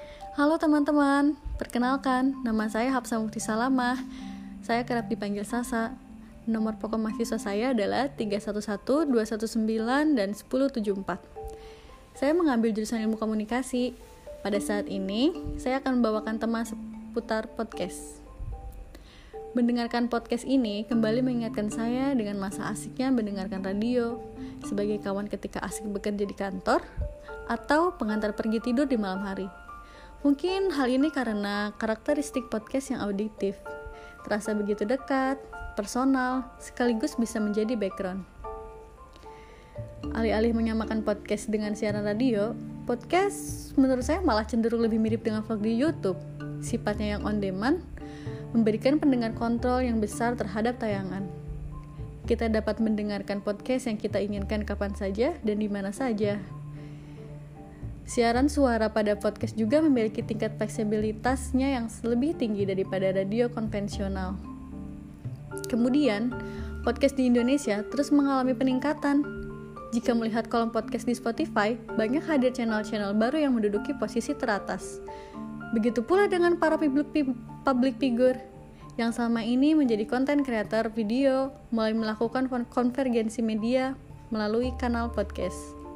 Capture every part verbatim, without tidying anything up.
Halo teman-teman, perkenalkan, nama saya Hapsa Mufti Salamah. Saya kerap dipanggil Sasa. Nomor pokok mahasiswa saya adalah tiga satu satu dua satu sembilan dan sepuluh tujuh empat. Saya mengambil jurusan ilmu komunikasi. Pada saat ini, saya akan membawakan tema seputar podcast. Mendengarkan podcast ini kembali mengingatkan saya dengan masa asiknya mendengarkan radio, sebagai kawan ketika asik bekerja di kantor, atau pengantar pergi tidur di malam hari. Mungkin hal ini karena karakteristik podcast yang auditif, terasa begitu dekat, personal, sekaligus bisa menjadi background. Alih-alih menyamakan podcast dengan siaran radio, podcast menurut saya malah cenderung lebih mirip dengan vlog di YouTube. Sifatnya yang on demand, memberikan pendengar kontrol yang besar terhadap tayangan. Kita dapat mendengarkan podcast yang kita inginkan kapan saja dan di mana saja. Siaran suara pada podcast juga memiliki tingkat fleksibilitasnya yang lebih tinggi daripada radio konvensional. Kemudian, podcast di Indonesia terus mengalami peningkatan. Jika melihat kolom podcast di Spotify, banyak hadir channel-channel baru yang menduduki posisi teratas. Begitu pula dengan para public figure yang selama ini menjadi konten kreator video mulai melakukan konvergensi media melalui kanal podcast.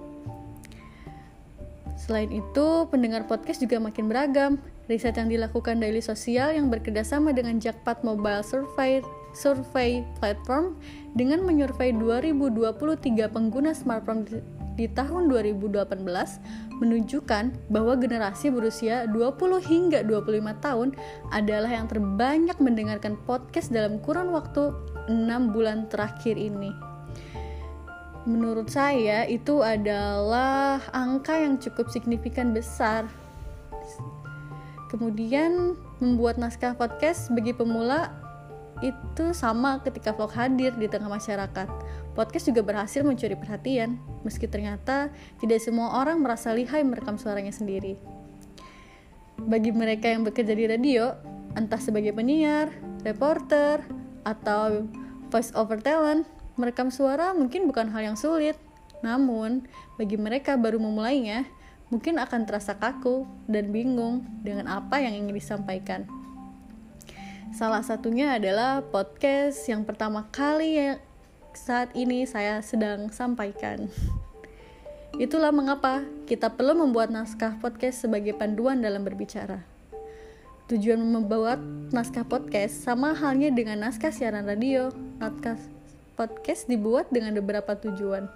Selain itu, pendengar podcast juga makin beragam. Riset yang dilakukan Daily Social yang bekerjasama dengan Jackpot Mobile Survey, Survey Platform dengan menyurvei dua ribu dua puluh tiga pengguna smartphone di, di tahun dua ribu delapan belas menunjukkan bahwa generasi berusia dua puluh hingga dua puluh lima tahun adalah yang terbanyak mendengarkan podcast dalam kurun waktu enam bulan terakhir ini. Menurut saya itu adalah angka yang cukup signifikan besar. Kemudian membuat naskah podcast bagi pemula itu sama ketika vlog hadir di tengah masyarakat. Podcast juga berhasil mencuri perhatian, meski ternyata tidak semua orang merasa lihai merekam suaranya sendiri. Bagi mereka yang bekerja di radio, entah sebagai penyiar, reporter, atau voice over talent, merekam suara mungkin bukan hal yang sulit. Namun, bagi mereka baru memulainya, mungkin akan terasa kaku dan bingung dengan apa yang ingin disampaikan. Salah satunya adalah podcast yang pertama kali yang saat ini saya sedang sampaikan. Itulah mengapa kita perlu membuat naskah podcast sebagai panduan dalam berbicara. Tujuan membuat naskah podcast sama halnya dengan naskah siaran radio. Naskah podcast dibuat dengan beberapa tujuan.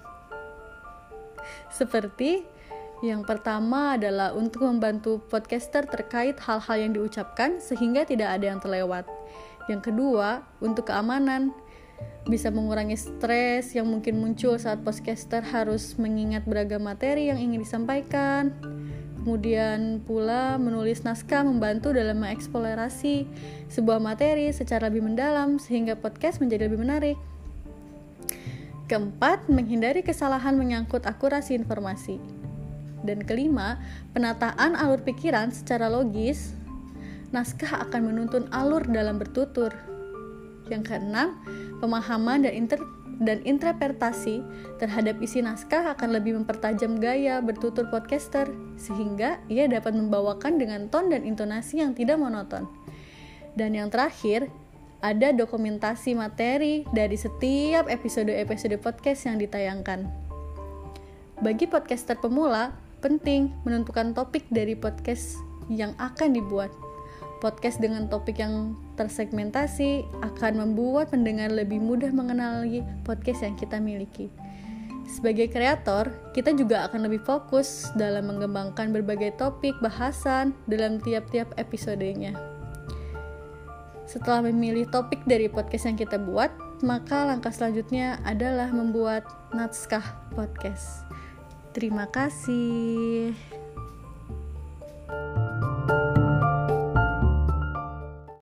Seperti yang pertama adalah untuk membantu podcaster terkait hal-hal yang diucapkan sehingga tidak ada yang terlewat. Yang kedua, untuk keamanan. Bisa mengurangi stres yang mungkin muncul saat podcaster harus mengingat beragam materi yang ingin disampaikan. Kemudian pula menulis naskah membantu dalam mengeksplorasi sebuah materi secara lebih mendalam sehingga podcast menjadi lebih menarik. Keempat, menghindari kesalahan menyangkut akurasi informasi. Dan kelima, penataan alur pikiran secara logis. Naskah akan menuntun alur dalam bertutur. Yang keenam, pemahaman dan, inter- dan interpretasi terhadap isi naskah akan lebih mempertajam gaya bertutur podcaster, sehingga ia dapat membawakan dengan ton dan intonasi yang tidak monoton. Dan yang terakhir, ada dokumentasi materi dari setiap episode-episode podcast yang ditayangkan. Bagi podcaster pemula, penting menentukan topik dari podcast yang akan dibuat. Podcast dengan topik yang tersegmentasi akan membuat pendengar lebih mudah mengenali podcast yang kita miliki. Sebagai kreator, kita juga akan lebih fokus dalam mengembangkan berbagai topik bahasan dalam tiap-tiap episodenya. Setelah memilih topik dari podcast yang kita buat, maka langkah selanjutnya adalah membuat naskah podcast. Terima kasih.